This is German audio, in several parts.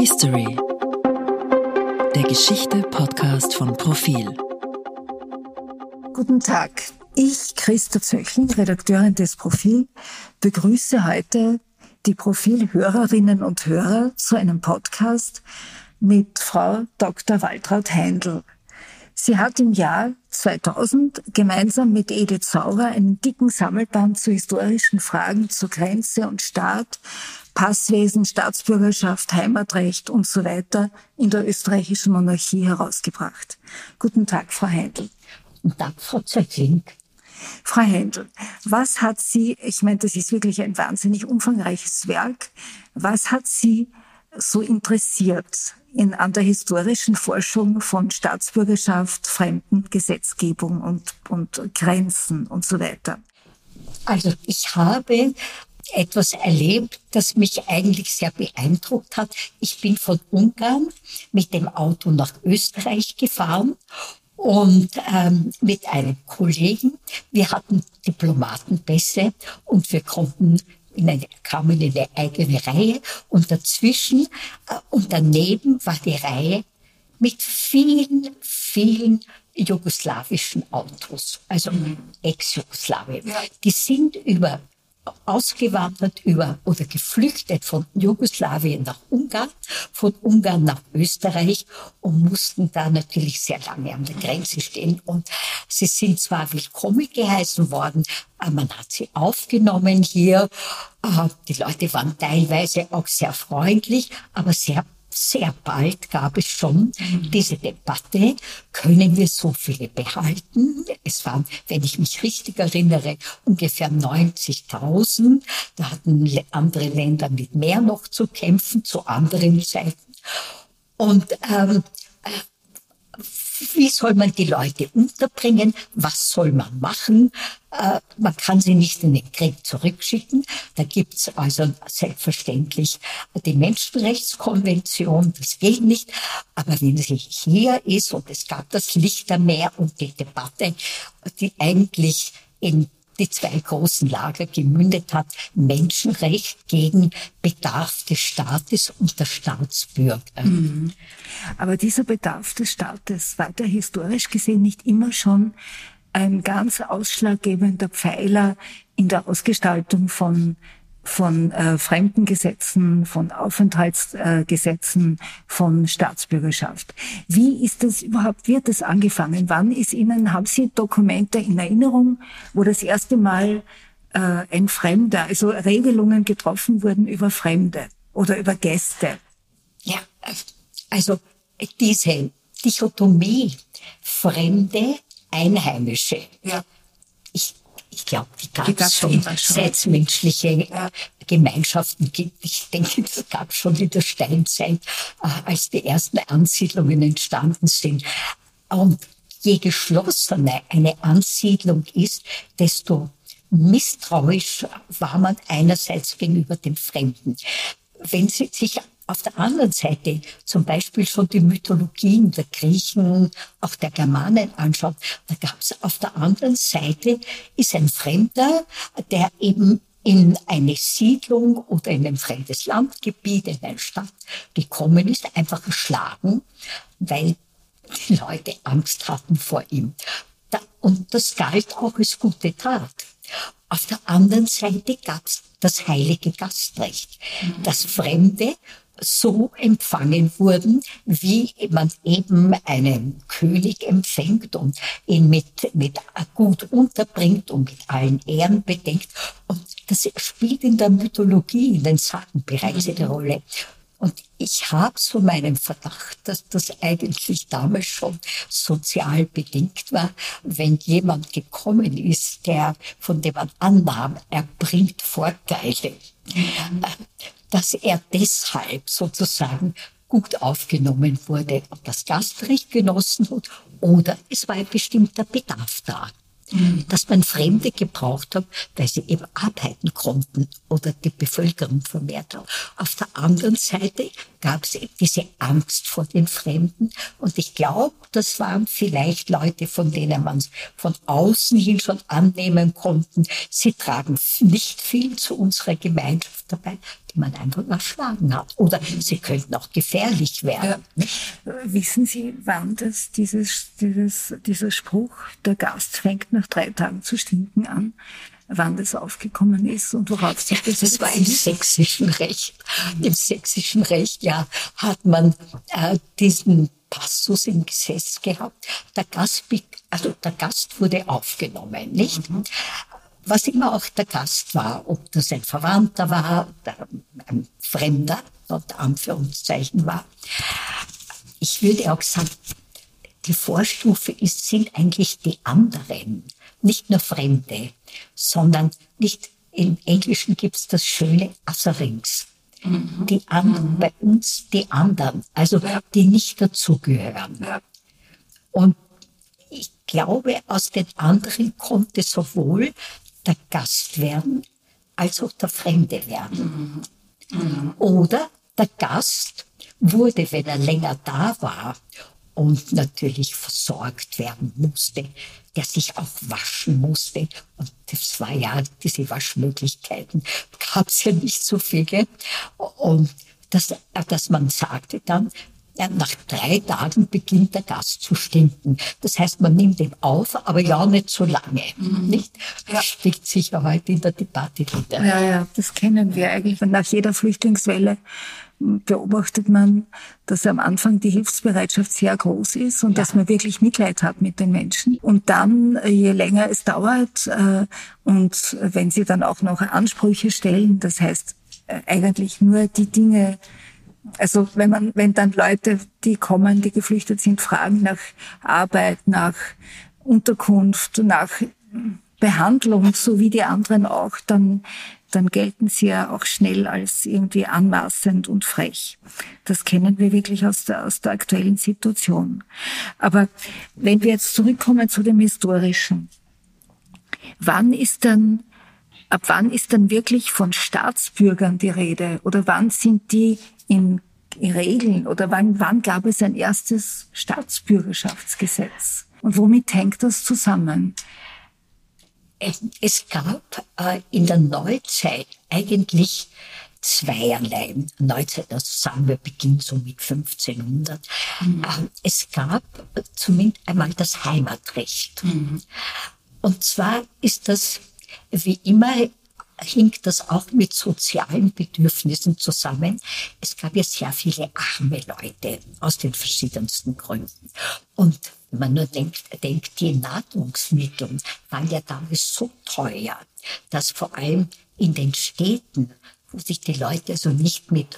History, der Geschichte-Podcast von Profil. Guten Tag, ich, Christa Zöchling, Redakteurin des Profil, begrüße heute die Profil-Hörerinnen und Hörer zu einem Podcast mit Frau Dr. Waltraud Heindl. Sie hat im Jahr 2000 gemeinsam mit Edith Saurer einen dicken Sammelband zu historischen Fragen zur Grenze und Staat, Passwesen, Staatsbürgerschaft, Heimatrecht und so weiter in der österreichischen Monarchie herausgebracht. Guten Tag, Frau Heindl. Guten Tag, Frau Zöchling. Frau Heindl, was hat Sie, ich meine, das ist wirklich ein wahnsinnig umfangreiches Werk, was hat Sie so interessiert an der historischen Forschung von Staatsbürgerschaft, Fremdengesetzgebung und Grenzen und so weiter? Also ich habe etwas erlebt, das mich eigentlich sehr beeindruckt hat. Ich bin von Ungarn mit dem Auto nach Österreich gefahren und mit einem Kollegen. Wir hatten Diplomatenpässe und wir kamen in eine eigene Reihe und dazwischen und daneben war die Reihe mit vielen, vielen jugoslawischen Autos, also Ex-Jugoslawien. Ja. Die sind ausgewandert oder geflüchtet von Jugoslawien nach Ungarn, von Ungarn nach Österreich und mussten da natürlich sehr lange an der Grenze stehen. Und sie sind zwar willkommen geheißen worden, aber man hat sie aufgenommen hier. Die Leute waren teilweise auch sehr freundlich, aber sehr bald gab es schon diese Debatte, können wir so viele behalten? Es waren, wenn ich mich richtig erinnere, ungefähr 90.000. Da hatten andere Länder mit mehr noch zu kämpfen, zu anderen Zeiten. Und wie soll man die Leute unterbringen? Was soll man machen? Man kann sie nicht in den Krieg zurückschicken. Da gibt's also selbstverständlich die Menschenrechtskonvention. Das geht nicht. Aber wenn sie hier ist und es gab das Lichtermeer und die Debatte, die eigentlich in die zwei großen Lager gemündet hat, Menschenrecht gegen Bedarf des Staates und der Staatsbürger. Mhm. Aber dieser Bedarf des Staates war der historisch gesehen nicht immer schon ein ganz ausschlaggebender Pfeiler in der Ausgestaltung von Fremdengesetzen, von Aufenthaltsgesetzen, von Staatsbürgerschaft. Wie ist das überhaupt, wird das angefangen? Haben Sie Dokumente in Erinnerung, wo das erste Mal ein Fremder, also Regelungen getroffen wurden über Fremde oder über Gäste? Ja, also diese Dichotomie Fremde, Einheimische. Ja. Ich glaube, die gab es schon, seit es menschliche Gemeinschaften gibt. Ich denke, das gab es schon in der Steinzeit, als die ersten Ansiedlungen entstanden sind. Und je geschlossener eine Ansiedlung ist, desto misstrauisch war man einerseits gegenüber dem Fremden. Wenn Sie sich auf der anderen Seite zum Beispiel schon die Mythologien der Griechen, auch der Germanen anschaut, da gab es auf der anderen Seite, ist ein Fremder, der eben in eine Siedlung oder in ein fremdes Landgebiet, in eine Stadt gekommen ist, einfach erschlagen, weil die Leute Angst hatten vor ihm. Und das galt auch als gute Tat. Auf der anderen Seite gab es das heilige Gastrecht, dass Fremde so empfangen wurden, wie man eben einen König empfängt und ihn mit gut unterbringt und mit allen Ehren bedenkt. Und das spielt in der Mythologie, in den Sagen bereits eine Rolle. Und ich habe so meinen Verdacht, dass das eigentlich damals schon sozial bedingt war, wenn jemand gekommen ist, von dem man annahm, er bringt Vorteile, dass er deshalb sozusagen gut aufgenommen wurde und das Gastrecht genossen hat oder es war ein bestimmter Bedarf da. Dass man Fremde gebraucht hat, weil sie eben arbeiten konnten oder die Bevölkerung vermehrt hat. Auf der anderen Seite gab es eben diese Angst vor den Fremden und ich glaube, das waren vielleicht Leute, von denen man von außen hin schon annehmen konnten, sie tragen nicht viel zu unserer Gemeinschaft dabei. die man einfach erschlagen hat. Oder sie könnten auch gefährlich werden. Ja. Wissen Sie, wann dieser Spruch, der Gast fängt nach 3 Tagen zu stinken an, wann das aufgekommen ist und worauf sich das war im sächsischen Recht. Im sächsischen Recht, hat man diesen Passus im Gesetz gehabt. Der Gast wurde aufgenommen, nicht? Was immer auch der Gast war, ob das ein Verwandter war oder ein Fremder, unter Anführungszeichen war. Ich würde auch sagen, die Vorstufe sind eigentlich die anderen, nicht nur Fremde, sondern nicht, im Englischen gibt es das schöne Otherings. Die anderen, bei uns die anderen, also die nicht dazugehören. Und ich glaube, aus den anderen konnte sowohl der Gast werden, als auch der Fremde werden. Oder der Gast wurde, wenn er länger da war und natürlich versorgt werden musste, der sich auch waschen musste. Und das war diese Waschmöglichkeiten gab es ja nicht so viele. Und dass man sagte dann, nach 3 Tagen beginnt der Gast zu stinken. Das heißt, man nimmt ihn auf, aber ja nicht so lange. Nicht? Das spielt sich ja heute in der Debatte wieder. Ja, das kennen wir eigentlich. Und nach jeder Flüchtlingswelle beobachtet man, dass am Anfang die Hilfsbereitschaft sehr groß ist und dass man wirklich Mitleid hat mit den Menschen. Und dann, je länger es dauert und wenn sie dann auch noch Ansprüche stellen, das heißt eigentlich nur die Dinge, also wenn dann Leute, die kommen, die geflüchtet sind, fragen nach Arbeit, nach Unterkunft, nach Behandlung, so wie die anderen auch, dann gelten sie ja auch schnell als irgendwie anmaßend und frech. Das kennen wir wirklich aus der aktuellen Situation. Aber wenn wir jetzt zurückkommen zu dem Historischen, ab wann ist dann wirklich von Staatsbürgern die Rede? Oder wann sind die in Regeln? Oder wann gab es ein erstes Staatsbürgerschaftsgesetz? Und womit hängt das zusammen? Es gab in der Neuzeit eigentlich zweierlei. Neuzeit, das sagen wir, beginnt so mit 1500. Es gab zumindest einmal das Heimatrecht. Und zwar ist das, wie immer, hing das auch mit sozialen Bedürfnissen zusammen. Es gab ja sehr viele arme Leute aus den verschiedensten Gründen. Und wenn man nur denkt, die Nahrungsmittel waren ja damals so teuer, dass vor allem in den Städten, wo sich die Leute also nicht mit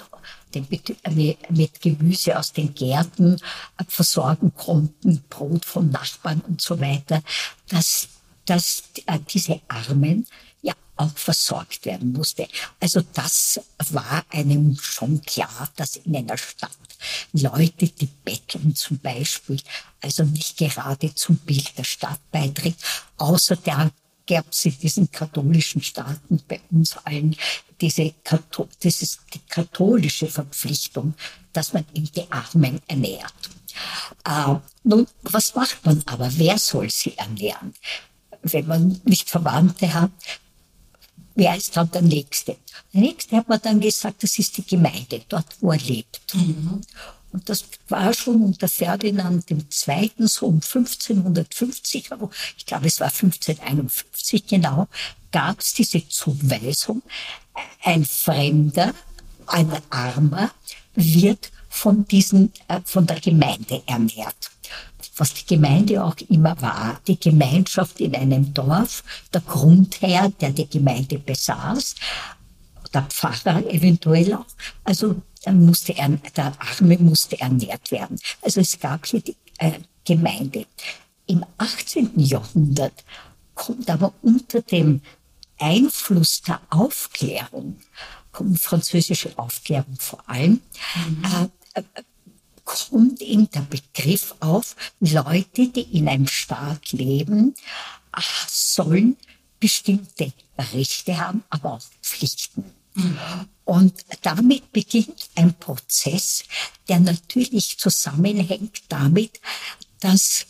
Gemüse aus den Gärten versorgen konnten, Brot von Nachbarn und so weiter, dass diese Armen ja auch versorgt werden musste. Also das war einem schon klar, dass in einer Stadt Leute, die betteln zum Beispiel, also nicht gerade zum Bild der Stadt beiträgt. Außerdem gab es in diesen katholischen Staaten bei uns allen das ist die katholische Verpflichtung, dass man eben die Armen ernährt. Nun, was macht man aber? Wer soll sie ernähren? Wenn man nicht Verwandte hat, wer ist dann der Nächste? Der Nächste hat man dann gesagt, das ist die Gemeinde, dort wo er lebt. Und das war schon unter Ferdinand II. So um 1550, ich glaube es war 1551 genau, gab es diese Zuweisung, ein Fremder, ein Armer wird von der Gemeinde ernährt. Was die Gemeinde auch immer war, die Gemeinschaft in einem Dorf, der Grundherr, der die Gemeinde besaß, der Pfarrer eventuell auch, also der Arme musste ernährt werden. Also es gab hier die Gemeinde. Im 18. Jahrhundert kommt aber unter dem Einfluss der Aufklärung, kommt französische Aufklärung vor allem, kommt eben der Begriff auf, Leute, die in einem Staat leben, sollen bestimmte Rechte haben, aber auch Pflichten. Und damit beginnt ein Prozess, der natürlich zusammenhängt damit, dass,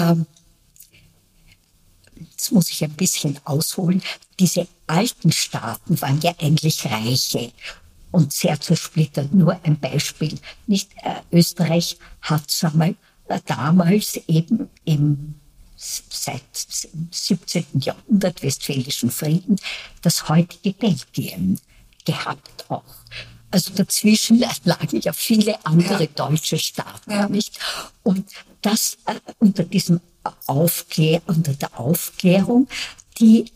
jetzt muss ich ein bisschen ausholen, diese alten Staaten waren ja eigentlich Reiche. und sehr zersplittert. Nur ein Beispiel. Nicht Österreich hat damals eben seit dem 17. Jahrhundert Westfälischen Frieden das heutige Belgien gehabt auch. Also dazwischen lagen ja viele andere deutsche Staaten, nicht? Und das unter der Aufklärung, die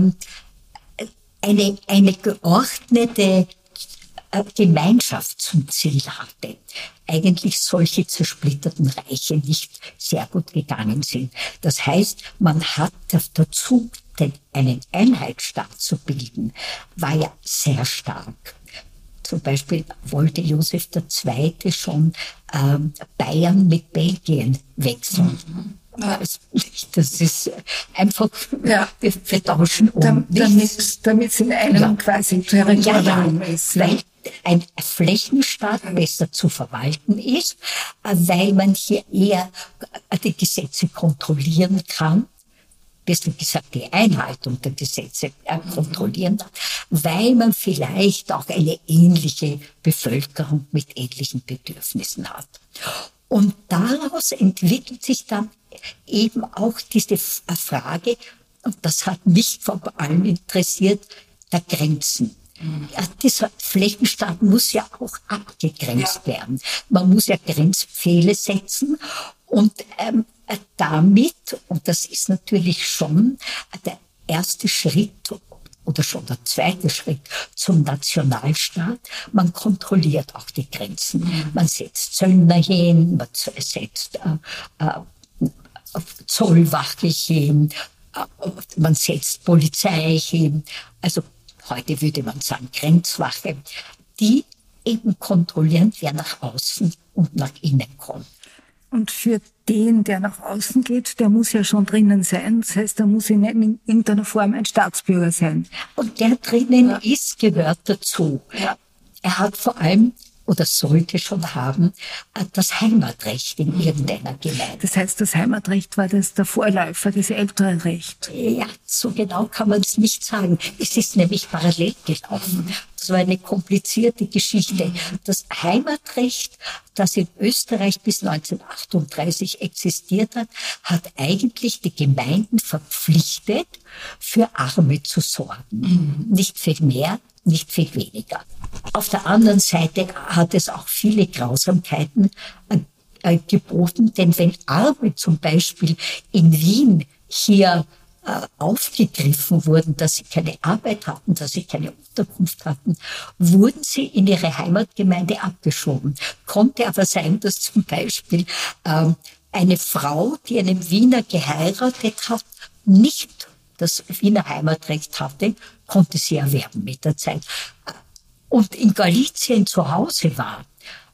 eine geordnete Gemeinschaft zum Ziel hatte. Eigentlich solche zersplitterten Reiche nicht sehr gut gegangen sind. Das heißt, man hat dazu, einen Einheitsstaat zu bilden, war ja sehr stark. Zum Beispiel wollte Josef II. Schon Bayern mit Belgien wechseln. Das ist einfach, wir tauschen um. Damit es in einem quasi Territorium ist. Weil ein Flächenstaat besser zu verwalten ist, weil man hier eher die Gesetze kontrollieren kann, besser gesagt die Einhaltung der Gesetze kontrollieren kann, weil man vielleicht auch eine ähnliche Bevölkerung mit ähnlichen Bedürfnissen hat. Und daraus entwickelt sich dann eben auch diese Frage, und das hat mich vor allem interessiert, der Grenzen. Ja, dieser Flächenstaat muss ja auch abgegrenzt werden. Man muss ja Grenzpfähle setzen und damit, und das ist natürlich schon der erste Schritt oder schon der zweite Schritt zum Nationalstaat, man kontrolliert auch die Grenzen. Man setzt Zöllner hin, man setzt Zollwache hin, man setzt Polizei hin, also heute würde man sagen Grenzwache, die eben kontrollieren, wer nach außen und nach innen kommt. Und für den, der nach außen geht, der muss ja schon drinnen sein. Das heißt, er muss in irgendeiner Form ein Staatsbürger sein. Und der drinnen ist, gehört dazu. Ja. Er hat vor allem, oder sollte schon haben, das Heimatrecht in irgendeiner Gemeinde. Das heißt, das Heimatrecht war das der Vorläufer, das ältere Recht. Ja, so genau kann man es nicht sagen. Es ist nämlich parallel gelaufen. Das war eine komplizierte Geschichte. Das Heimatrecht, das in Österreich bis 1938 existiert hat, hat eigentlich die Gemeinden verpflichtet, für Arme zu sorgen. Nicht viel mehr, nicht viel weniger. Auf der anderen Seite hat es auch viele Grausamkeiten geboten, denn wenn Arme zum Beispiel in Wien hier aufgegriffen wurden, dass sie keine Arbeit hatten, dass sie keine Unterkunft hatten, wurden sie in ihre Heimatgemeinde abgeschoben. Konnte aber sein, dass zum Beispiel eine Frau, die einen Wiener geheiratet hat, nicht das Wiener Heimatrecht hatte, konnte sie erwerben mit der Zeit. Und in Galizien zu Hause war,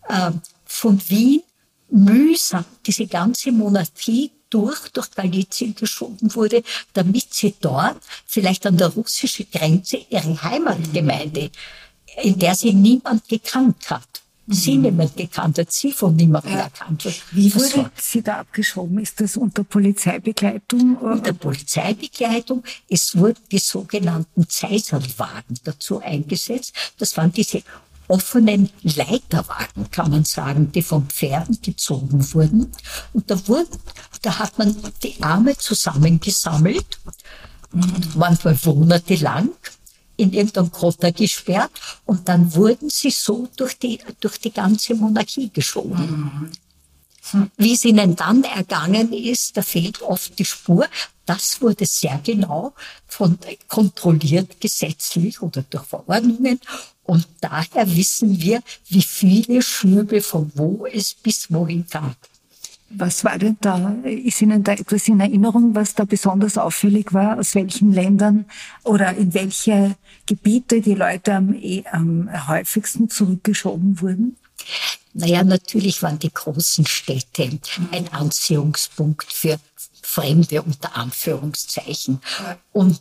von Wien mühsam diese ganze Monarchie durch Galizien geschoben wurde, damit sie dort vielleicht an der russischen Grenze ihre Heimatgemeinde, in der sie niemand gekannt hat, sie niemand gekannt hat, sie von niemandem erkannt wird. Wie wurde sie da abgeschoben? Ist das unter Polizeibegleitung? Unter Polizeibegleitung. Es wurden die sogenannten Zeiserlwagen dazu eingesetzt. Das waren diese offenen Leiterwagen, kann man sagen, die von Pferden gezogen wurden. Und da hat man die Arme zusammengesammelt, manchmal monatelang, in irgendeinem Grotter gesperrt, und dann wurden sie so durch die ganze Monarchie geschoben. Wie es ihnen dann ergangen ist, da fehlt oft die Spur. Das wurde sehr genau kontrolliert, gesetzlich oder durch Verordnungen. Und daher wissen wir, wie viele Schübe von wo es bis wohin gab. Was war denn da? Ist Ihnen da etwas in Erinnerung, was da besonders auffällig war? Aus welchen Ländern oder in welche Gebiete die Leute am häufigsten zurückgeschoben wurden? Naja, natürlich waren die großen Städte ein Anziehungspunkt für Fremde unter Anführungszeichen und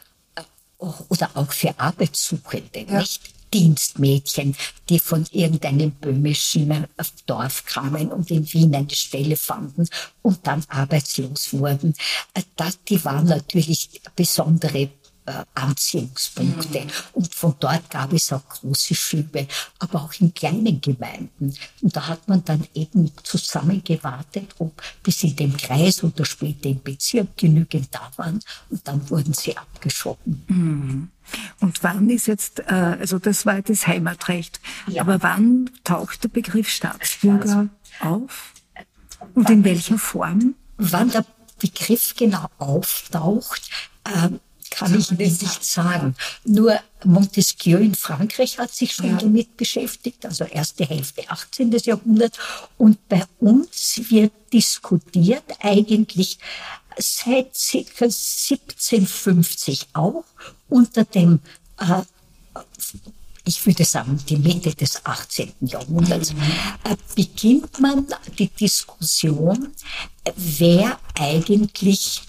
oder auch für Arbeitssuchende, nicht? Dienstmädchen, die von irgendeinem böhmischen Dorf kamen und in Wien eine Stelle fanden und dann arbeitslos wurden. Die waren natürlich besondere Anziehungspunkte. Und von dort gab es auch große Schübe, aber auch in kleinen Gemeinden. Und da hat man dann eben zusammengewartet, ob bis in dem Kreis oder später im Bezirk genügend da waren. Und dann wurden sie abgeschoben. Mhm. Und wann ist jetzt, also das war das Heimatrecht, Ja. aber wann taucht der Begriff Staatsbürger auf? Und in welcher Form? Wann der Begriff genau auftaucht, kann ich Ihnen nicht sagen. Nur Montesquieu in Frankreich hat sich schon damit beschäftigt, also erste Hälfte 18. Jahrhundert. Und bei uns wird diskutiert eigentlich seit ca. 1750 auch unter dem, ich würde sagen, die Mitte des 18. Jahrhunderts, beginnt man die Diskussion, wer eigentlich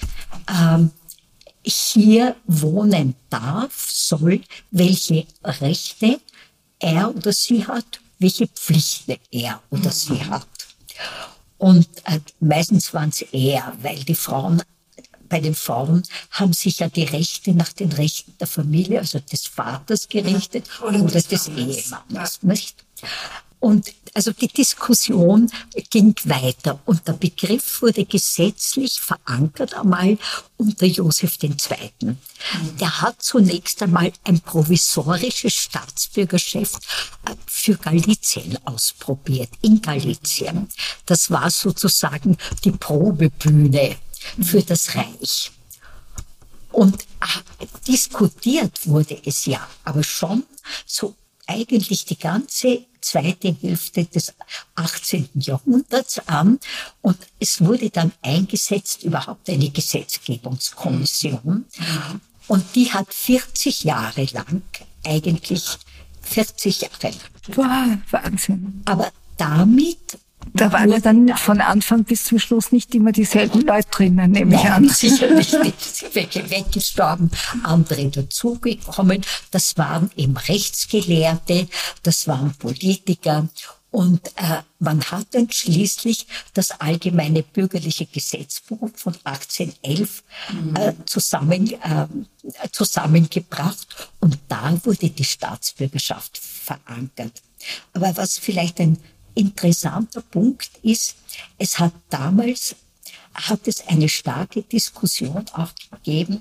hier wohnen darf, soll, welche Rechte er oder sie hat, welche Pflichten er oder sie hat. Und meistens waren es eher, weil die Frauen, bei den Frauen haben sich ja die Rechte nach den Rechten der Familie, also des Vaters gerichtet oder des Ehemannes, nicht? Und also die Diskussion ging weiter und der Begriff wurde gesetzlich verankert einmal unter Joseph II. Der hat zunächst einmal ein provisorisches Staatsbürgerschaft für Galizien ausprobiert, in Galizien. Das war sozusagen die Probebühne für das Reich. Und diskutiert wurde es ja, aber schon so eigentlich die ganze zweite Hälfte des 18. Jahrhunderts an. Und es wurde dann eingesetzt, überhaupt eine Gesetzgebungskommission. Und die hat 40 Jahre lang, eigentlich 40 Jahre lang. Wow, Wahnsinn. Aber damit... Da waren ja dann von Anfang bis zum Schluss nicht immer dieselben Leute drinnen, nehme ich an. Sicherlich nicht. Welche weggestorben, andere dazugekommen. Das waren eben Rechtsgelehrte, das waren Politiker. Und man hat dann schließlich das Allgemeine Bürgerliche Gesetzbuch von 1811 zusammengebracht. Und da wurde die Staatsbürgerschaft verankert. Aber was vielleicht ein interessanter Punkt ist, es hat damals eine starke Diskussion auch gegeben,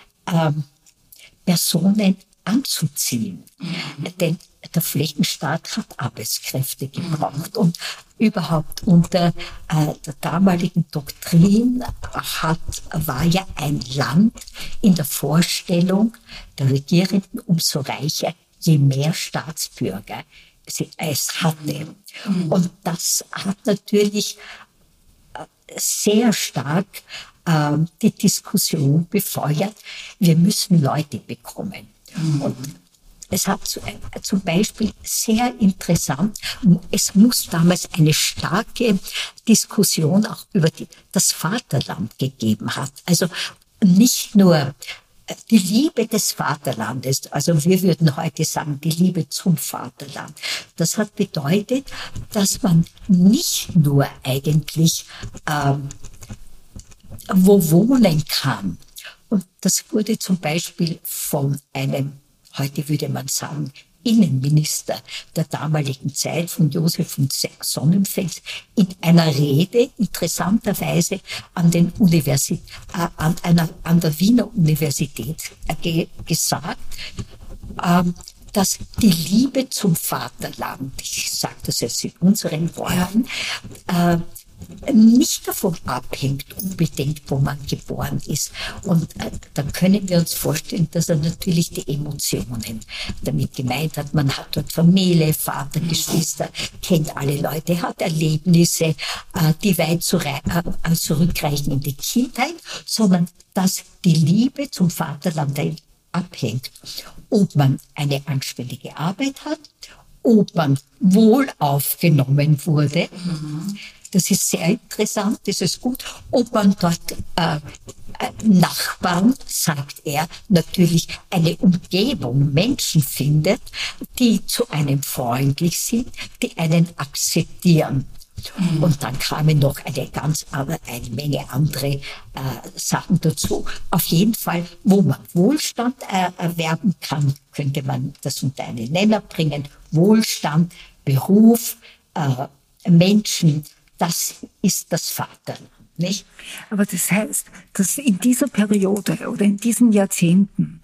Personen anzuziehen. Denn der Flächenstaat hat Arbeitskräfte gebraucht und überhaupt unter der damaligen Doktrin war ja ein Land in der Vorstellung der Regierenden umso reicher, je mehr Staatsbürger es hatte. Und das hat natürlich sehr stark die Diskussion befeuert, wir müssen Leute bekommen. Und es hat zum Beispiel sehr interessant, es muss damals eine starke Diskussion auch über das Vaterland gegeben hat. Also nicht nur die Liebe des Vaterlandes, also wir würden heute sagen, die Liebe zum Vaterland. Das hat bedeutet, dass man nicht nur eigentlich wo wohnen kann. Und das wurde zum Beispiel von einem, heute würde man sagen, Innenminister der damaligen Zeit, von Joseph von Sonnenfels, in einer Rede interessanterweise an der Wiener Universität gesagt, dass die Liebe zum Vaterland, ich sage das jetzt in unseren Worten, nicht davon abhängt unbedingt, wo man geboren ist. Und dann können wir uns vorstellen, dass er natürlich die Emotionen damit gemeint hat. Man hat dort Familie, Vater, Geschwister, kennt alle Leute, hat Erlebnisse, die weit zurückreichen in die Kindheit, sondern dass die Liebe zum Vaterland abhängt. Ob man eine anständige Arbeit hat, ob man wohl aufgenommen wurde. Das ist sehr interessant, das ist gut. Ob man dort Nachbarn, sagt er, natürlich eine Umgebung, Menschen findet, die zu einem freundlich sind, die einen akzeptieren. Und dann kamen noch eine Menge andere Sachen dazu. Auf jeden Fall, wo man Wohlstand erwerben kann, könnte man das unter einen Nenner bringen. Wohlstand, Beruf, Menschen, das ist das Vaterland, nicht? Aber das heißt, dass in dieser Periode oder in diesen Jahrzehnten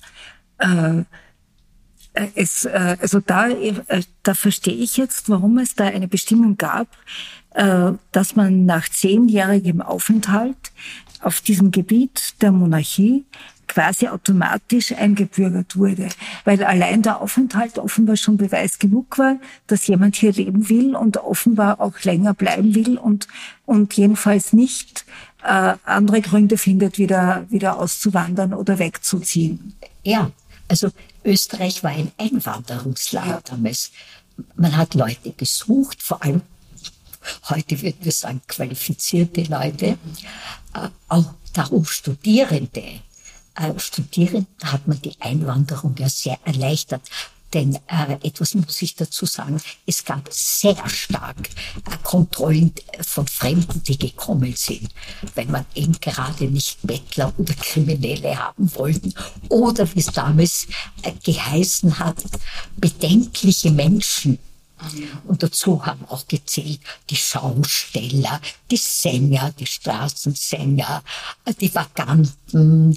da verstehe ich jetzt, warum es da eine Bestimmung gab, dass man nach 10-jährigem Aufenthalt auf diesem Gebiet der Monarchie quasi automatisch eingebürgert wurde, weil allein der Aufenthalt offenbar schon Beweis genug war, dass jemand hier leben will und offenbar auch länger bleiben will und jedenfalls nicht andere Gründe findet, wieder auszuwandern oder wegzuziehen. Ja, also Österreich war ein Einwanderungsland damals. Man hat Leute gesucht, vor allem heute würden wir sagen qualifizierte Leute, auch darum Studierende. Studierenden hat man die Einwanderung ja sehr erleichtert. Denn etwas muss ich dazu sagen, es gab sehr stark Kontrollen von Fremden, die gekommen sind, weil man eben gerade nicht Bettler oder Kriminelle haben wollten oder, wie es damals geheißen hat, bedenkliche Menschen. Und dazu haben auch gezählt die Schausteller, die Sänger, die Straßensänger, die Vaganten,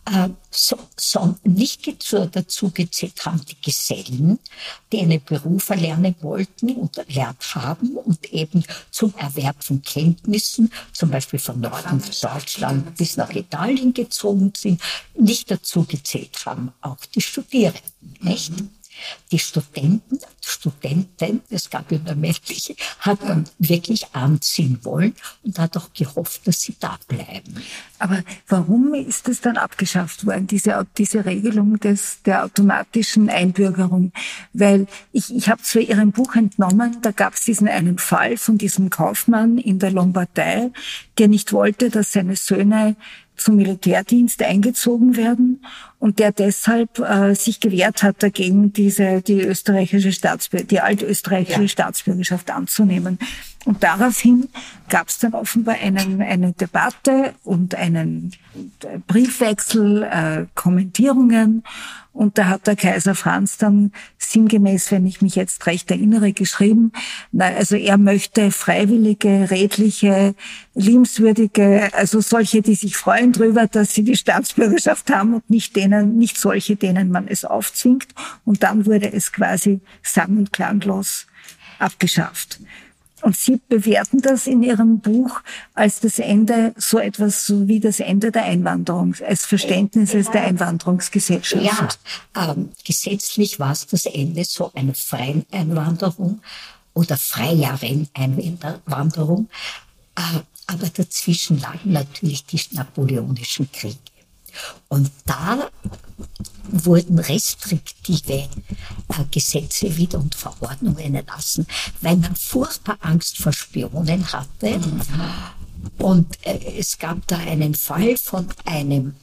nicht dazu gezählt haben die Gesellen, die einen Beruf erlernen wollten und erlernt haben und eben zum Erwerb von Kenntnissen, zum Beispiel von Norden Deutschland bis nach Italien gezogen sind, nicht dazu gezählt haben, auch die Studierenden, nicht? Die Studenten, es gab ja nur männliche, hat man wirklich anziehen wollen und hat auch gehofft, dass sie da bleiben. Aber warum ist es dann abgeschafft worden, diese Regelung der automatischen Einbürgerung? Weil ich habe zu Ihrem Buch entnommen, da gab es diesen einen Fall von diesem Kaufmann in der Lombardei, der nicht wollte, dass seine Söhne zum Militärdienst eingezogen werden und der deshalb sich gewehrt hat dagegen, die altösterreichische Staatsbürgerschaft anzunehmen. Und daraufhin gab es dann offenbar eine Debatte und einen Briefwechsel, Kommentierungen. Und da hat der Kaiser Franz dann sinngemäß, wenn ich mich jetzt recht erinnere, geschrieben, also er möchte freiwillige, redliche, liebenswürdige, also solche, die sich freuen drüber, dass sie die Staatsbürgerschaft haben und nicht solche, denen man es aufzwingt. Und dann wurde es quasi sang- und klanglos abgeschafft. Und Sie bewerten das in Ihrem Buch als das Ende, so etwas wie das Ende der Einwanderung, als Verständnisses der Einwanderungsgesellschaft. Ja, gesetzlich war es das Ende so einer freien Einwanderung oder freieren Einwanderung. Aber dazwischen lagen natürlich die napoleonischen Kriege. Und da wurden restriktive Gesetze wieder und Verordnungen erlassen, weil man furchtbar Angst vor Spionen hatte. Und es gab da einen Fall von einem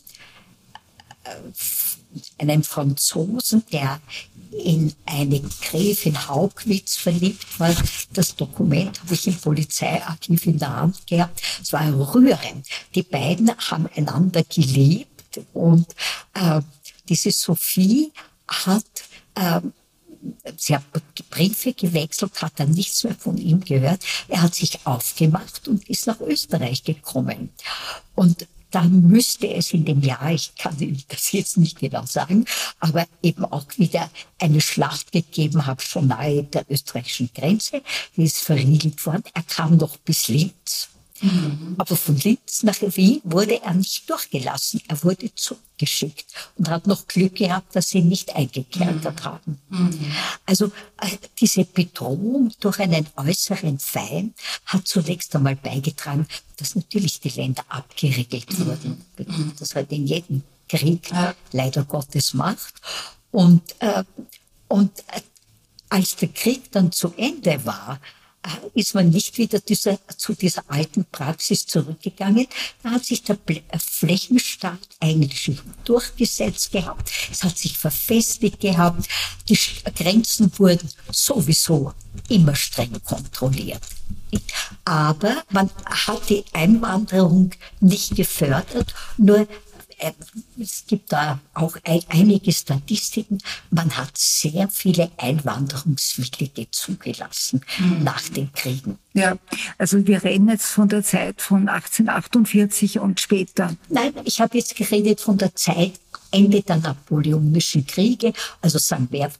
Franzosen, der in eine Gräfin Haugwitz verliebt war. Das Dokument habe ich im Polizeiarchiv in der Hand gehabt. Es war rührend. Die beiden haben einander geliebt und diese Sophie sie hat Briefe gewechselt, hat dann nichts mehr von ihm gehört. Er hat sich aufgemacht und ist nach Österreich gekommen. Und dann müsste es in dem Jahr, ich kann Ihnen das jetzt nicht genau sagen, aber eben auch wieder eine Schlacht gegeben haben, schon nahe der österreichischen Grenze. Die ist verriegelt worden. Er kam noch bis Linz. Aber von Linz nach Wien wurde er nicht durchgelassen. Er wurde zurückgeschickt und hat noch Glück gehabt, dass sie nicht eingekerkert haben. Also diese Bedrohung durch einen äußeren Feind hat zunächst einmal beigetragen, dass natürlich die Länder abgeriegelt wurden. Das hat in jedem Krieg leider Gottes macht. Und als der Krieg dann zu Ende war, ist man nicht wieder zu dieser alten Praxis zurückgegangen. Da hat sich der Flächenstaat eigentlich durchgesetzt gehabt. Es hat sich verfestigt gehabt. Die Grenzen wurden sowieso immer streng kontrolliert. Aber man hat die Einwanderung nicht gefördert, nur es gibt da auch einige Statistiken. Man hat sehr viele Einwanderungswillige zugelassen nach den Kriegen. Ja, also wir reden jetzt von der Zeit von 1848 und später. Nein, ich habe jetzt geredet von der Zeit Ende der Napoleonischen Kriege, also sagen wir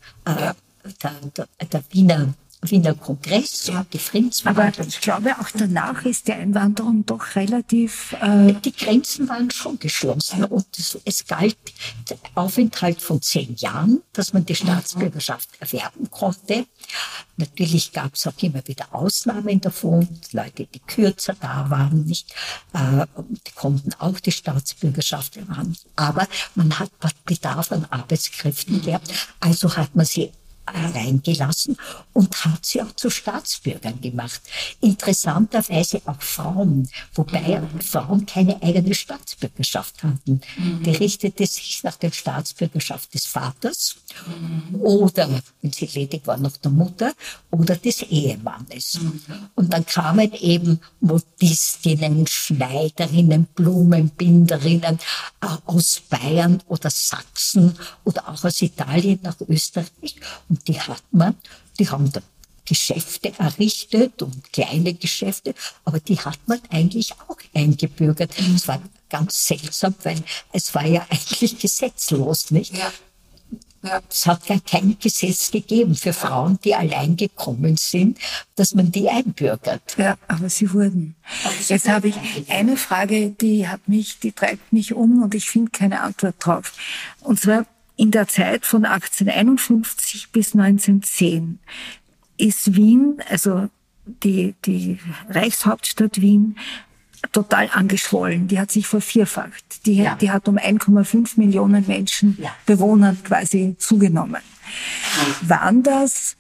der Wiener Kongress, die Friedensverhandlungen. Aber ich glaube, auch danach ist die Einwanderung doch relativ... Die Grenzen waren schon geschlossen und es galt der Aufenthalt von 10 Jahren, dass man die Staatsbürgerschaft erwerben konnte. Natürlich gab es auch immer wieder Ausnahmen davon, Leute, die kürzer da waren, nicht, die konnten auch die Staatsbürgerschaft erwerben. Aber man hat Bedarf an Arbeitskräften gehabt, also hat man sie reingelassen und hat sie auch zu Staatsbürgern gemacht. Interessanterweise auch Frauen, wobei Frauen keine eigene Staatsbürgerschaft hatten. Die richtete sich nach der Staatsbürgerschaft des Vaters oder, wenn sie ledig war, noch der Mutter oder des Ehemannes. Und dann kamen eben Modistinnen, Schneiderinnen, Blumenbinderinnen aus Bayern oder Sachsen oder auch aus Italien nach Österreich. Und die haben da Geschäfte errichtet und kleine Geschäfte, aber die hat man eigentlich auch eingebürgert. Es war ganz seltsam, weil es war ja eigentlich gesetzlos, nicht? Ja. Ja. Es hat gar kein Gesetz gegeben für Frauen, die allein gekommen sind, dass man die einbürgert. Ja, aber sie wurden. Jetzt habe ich eine Frage, die treibt mich um und ich finde keine Antwort drauf. Und zwar, in der Zeit von 1851 bis 1910 ist Wien, also die Reichshauptstadt Wien, total angeschwollen. Die hat sich vervierfacht. Die hat um 1,5 Millionen Bewohnern quasi zugenommen. Waren das,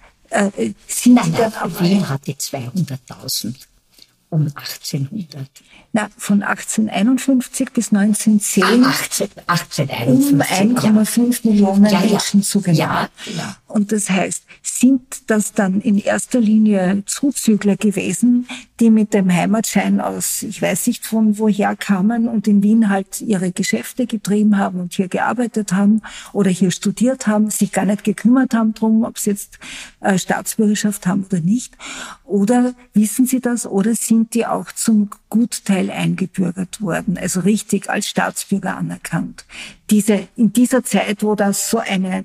Wien hatte 200.000 um 1800. Von 1851 bis 1910 1851, um 1,5 Millionen Menschen zugenommen. Ja. Und das heißt, sind das dann in erster Linie Zuzügler gewesen, die mit dem Heimatschein aus, ich weiß nicht von woher kamen und in Wien halt ihre Geschäfte getrieben haben und hier gearbeitet haben oder hier studiert haben, sich gar nicht gekümmert haben drum, ob sie jetzt Staatsbürgerschaft haben oder nicht? Oder wissen Sie das? Oder sind die auch zum Gutteil eingebürgert worden, also richtig als Staatsbürger anerkannt? In dieser Zeit, wo das so ein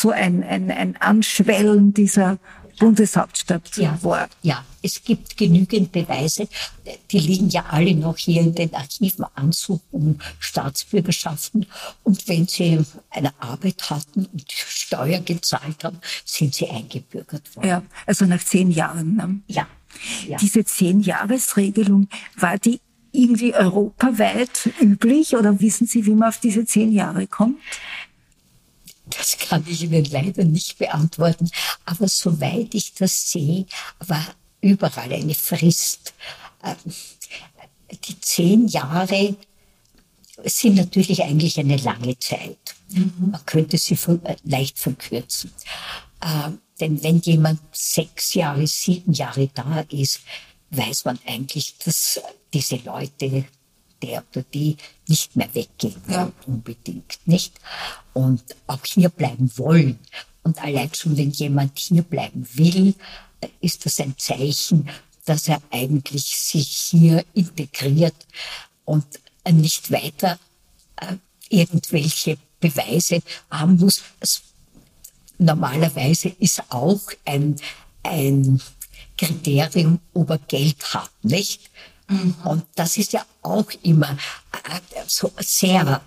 Anschwellen dieser Bundeshauptstadt war. Ja, es gibt genügend Beweise, die liegen ja alle noch hier in den Archiven, Ansuchen um Staatsbürgerschaften. Und wenn sie eine Arbeit hatten und Steuer gezahlt haben, sind sie eingebürgert worden. Ja, also nach 10 Jahren. Ne? Ja. Diese 10-Jahres-Regelung, war die irgendwie europaweit üblich oder wissen Sie, wie man auf diese 10 Jahre kommt? Das kann ich Ihnen leider nicht beantworten. Aber soweit ich das sehe, war überall eine Frist. Die 10 Jahre sind natürlich eigentlich eine lange Zeit. Man könnte sie leicht verkürzen. Denn wenn jemand 6 Jahre, 7 Jahre da ist, weiß man eigentlich, dass diese Leute, der oder die, nicht mehr weggehen wollen, unbedingt, nicht? Und auch hier bleiben wollen. Und allein schon, wenn jemand hier bleiben will, ist das ein Zeichen, dass er eigentlich sich hier integriert und nicht weiter irgendwelche Beweise haben muss. Normalerweise ist auch ein Kriterium, ob er Geld hat, nicht? Und das ist ja auch immer so sehr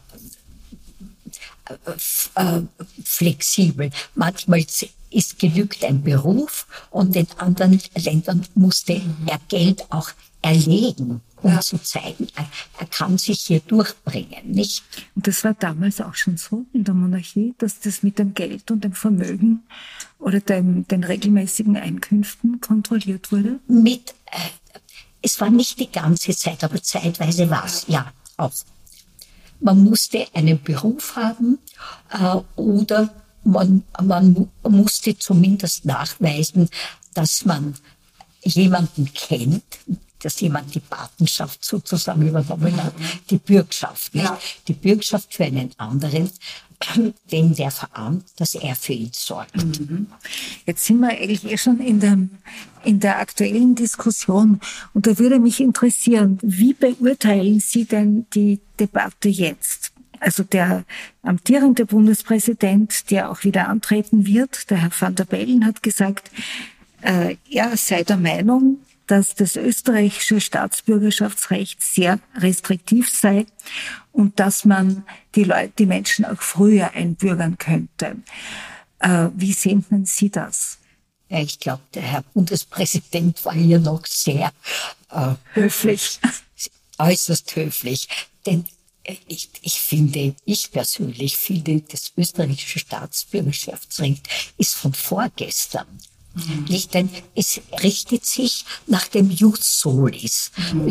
flexibel. Manchmal genügt ein Beruf und in anderen Ländern musste er Geld auch erlegen, um zu zeigen, er kann sich hier durchbringen, nicht? Und das war damals auch schon so in der Monarchie, dass das mit dem Geld und dem Vermögen oder den regelmäßigen Einkünften kontrolliert wurde? Es war nicht die ganze Zeit, aber zeitweise war es, ja, auch. Man musste einen Beruf haben oder man musste zumindest nachweisen, dass man jemanden kennt, dass jemand die Patenschaft sozusagen übernommen hat, die Bürgschaft, nicht? Die Bürgschaft für einen anderen, wenn der verahnt, dass er für ihn sorgt. Jetzt sind wir eigentlich schon in der aktuellen Diskussion. Und da würde mich interessieren, wie beurteilen Sie denn die Debatte jetzt? Also der amtierende Bundespräsident, der auch wieder antreten wird, der Herr Van der Bellen, hat gesagt, er sei der Meinung, dass das österreichische Staatsbürgerschaftsrecht sehr restriktiv sei und dass man die Menschen auch früher einbürgern könnte. Wie sehen denn Sie das? Ja, ich glaube, der Herr Bundespräsident war hier noch sehr höflich, äußerst höflich, denn ich persönlich finde, das österreichische Staatsbürgerschaftsrecht ist von vorgestern. Nicht, denn es richtet sich nach dem Jus solis,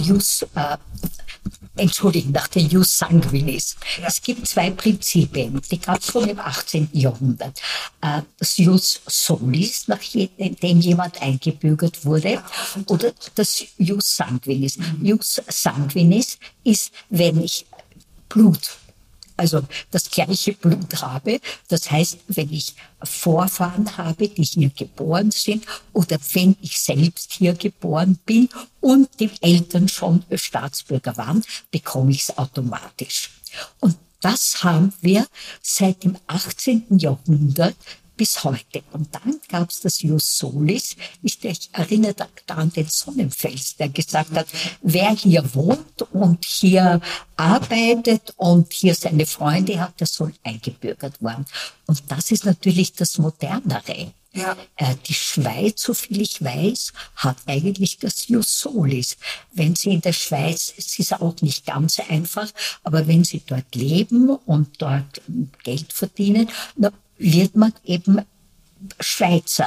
nach dem Jus sanguinis. Es gibt zwei Prinzipien, die gab es schon im 18. Jahrhundert. Das Jus solis, nach dem jemand eingebürgert wurde, oder das Jus sanguinis. Jus sanguinis ist, wenn ich Blut, also das gleiche Blut habe. Das heißt, wenn ich Vorfahren habe, die hier geboren sind, oder wenn ich selbst hier geboren bin und die Eltern schon Staatsbürger waren, bekomme ich es automatisch. Und das haben wir seit dem 18. Jahrhundert bis heute. Und dann gab es das Jus solis. Ich erinnere da an den Sonnenfels, der gesagt hat, wer hier wohnt und hier arbeitet und hier seine Freunde hat, der soll eingebürgert werden. Und das ist natürlich das Modernere. Ja. Die Schweiz, so viel ich weiß, hat eigentlich das Jus solis. Wenn Sie in der Schweiz, es ist auch nicht ganz einfach, aber wenn Sie dort leben und dort Geld verdienen, wird man eben Schweizer.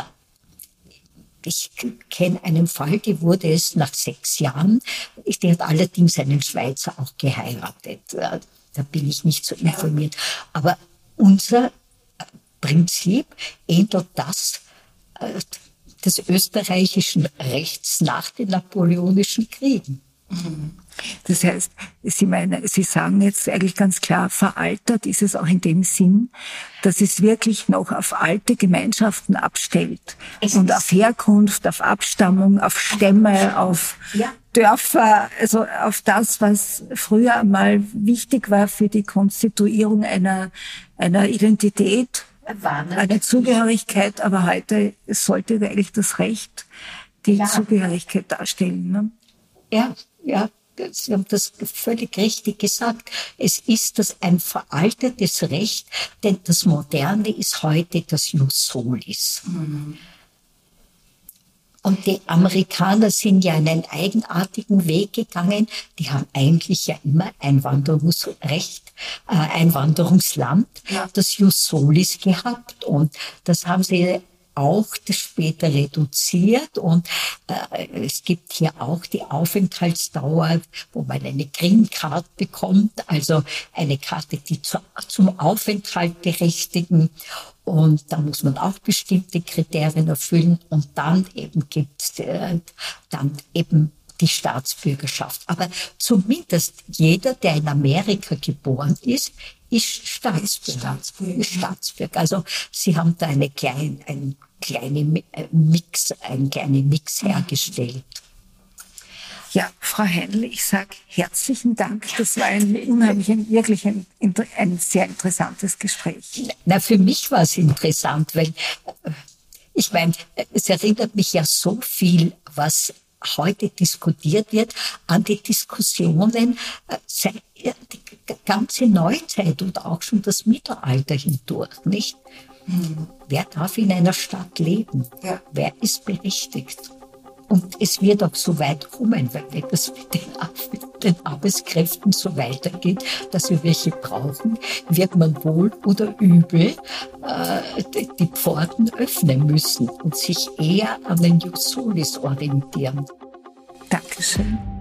Ich kenne einen Fall, die wurde es nach 6 Jahren. Die hat allerdings einen Schweizer auch geheiratet. Da bin ich nicht so informiert. Aber unser Prinzip ähnelt das des österreichischen Rechts nach den Napoleonischen Kriegen. Das heißt, Sie sagen jetzt eigentlich ganz klar, veraltet ist es auch in dem Sinn, dass es wirklich noch auf alte Gemeinschaften abstellt und auf Herkunft, auf Abstammung, auf Stämme, auf Dörfer, also auf das, was früher einmal wichtig war für die Konstituierung einer Identität, einer Zugehörigkeit, aber heute sollte eigentlich das Recht die Zugehörigkeit darstellen, ne? Ja, Sie haben das völlig richtig gesagt. Es ist ein veraltetes Recht, denn das Moderne ist heute das Jus solis. Und die Amerikaner sind ja einen eigenartigen Weg gegangen. Die haben eigentlich ja immer Einwanderungsrecht, Einwanderungsland, das Jus solis gehabt. Und das haben sie auch das später reduziert und es gibt hier auch die Aufenthaltsdauer, wo man eine Green Card bekommt, also eine Karte, die zum Aufenthalt berechtigen, und da muss man auch bestimmte Kriterien erfüllen und dann eben gibt's dann eben die Staatsbürgerschaft. Aber zumindest jeder, der in Amerika geboren ist Staatsbürger. Also Sie haben da einen kleinen Mix hergestellt. Ja, Frau Heinl, ich sage herzlichen Dank. Das war wirklich ein sehr interessantes Gespräch. Na, für mich war es interessant, weil ich meine, es erinnert mich ja so viel, was heute diskutiert wird, an die Diskussionen die ganze Neuzeit und auch schon das Mittelalter hindurch, nicht? Wer darf in einer Stadt leben? Ja. Wer ist berechtigt? Und es wird auch so weit kommen, weil wenn das mit den Arbeitskräften so weitergeht, dass wir welche brauchen, wird man wohl oder übel die Pforten öffnen müssen und sich eher an den Jus solis orientieren. Dankeschön.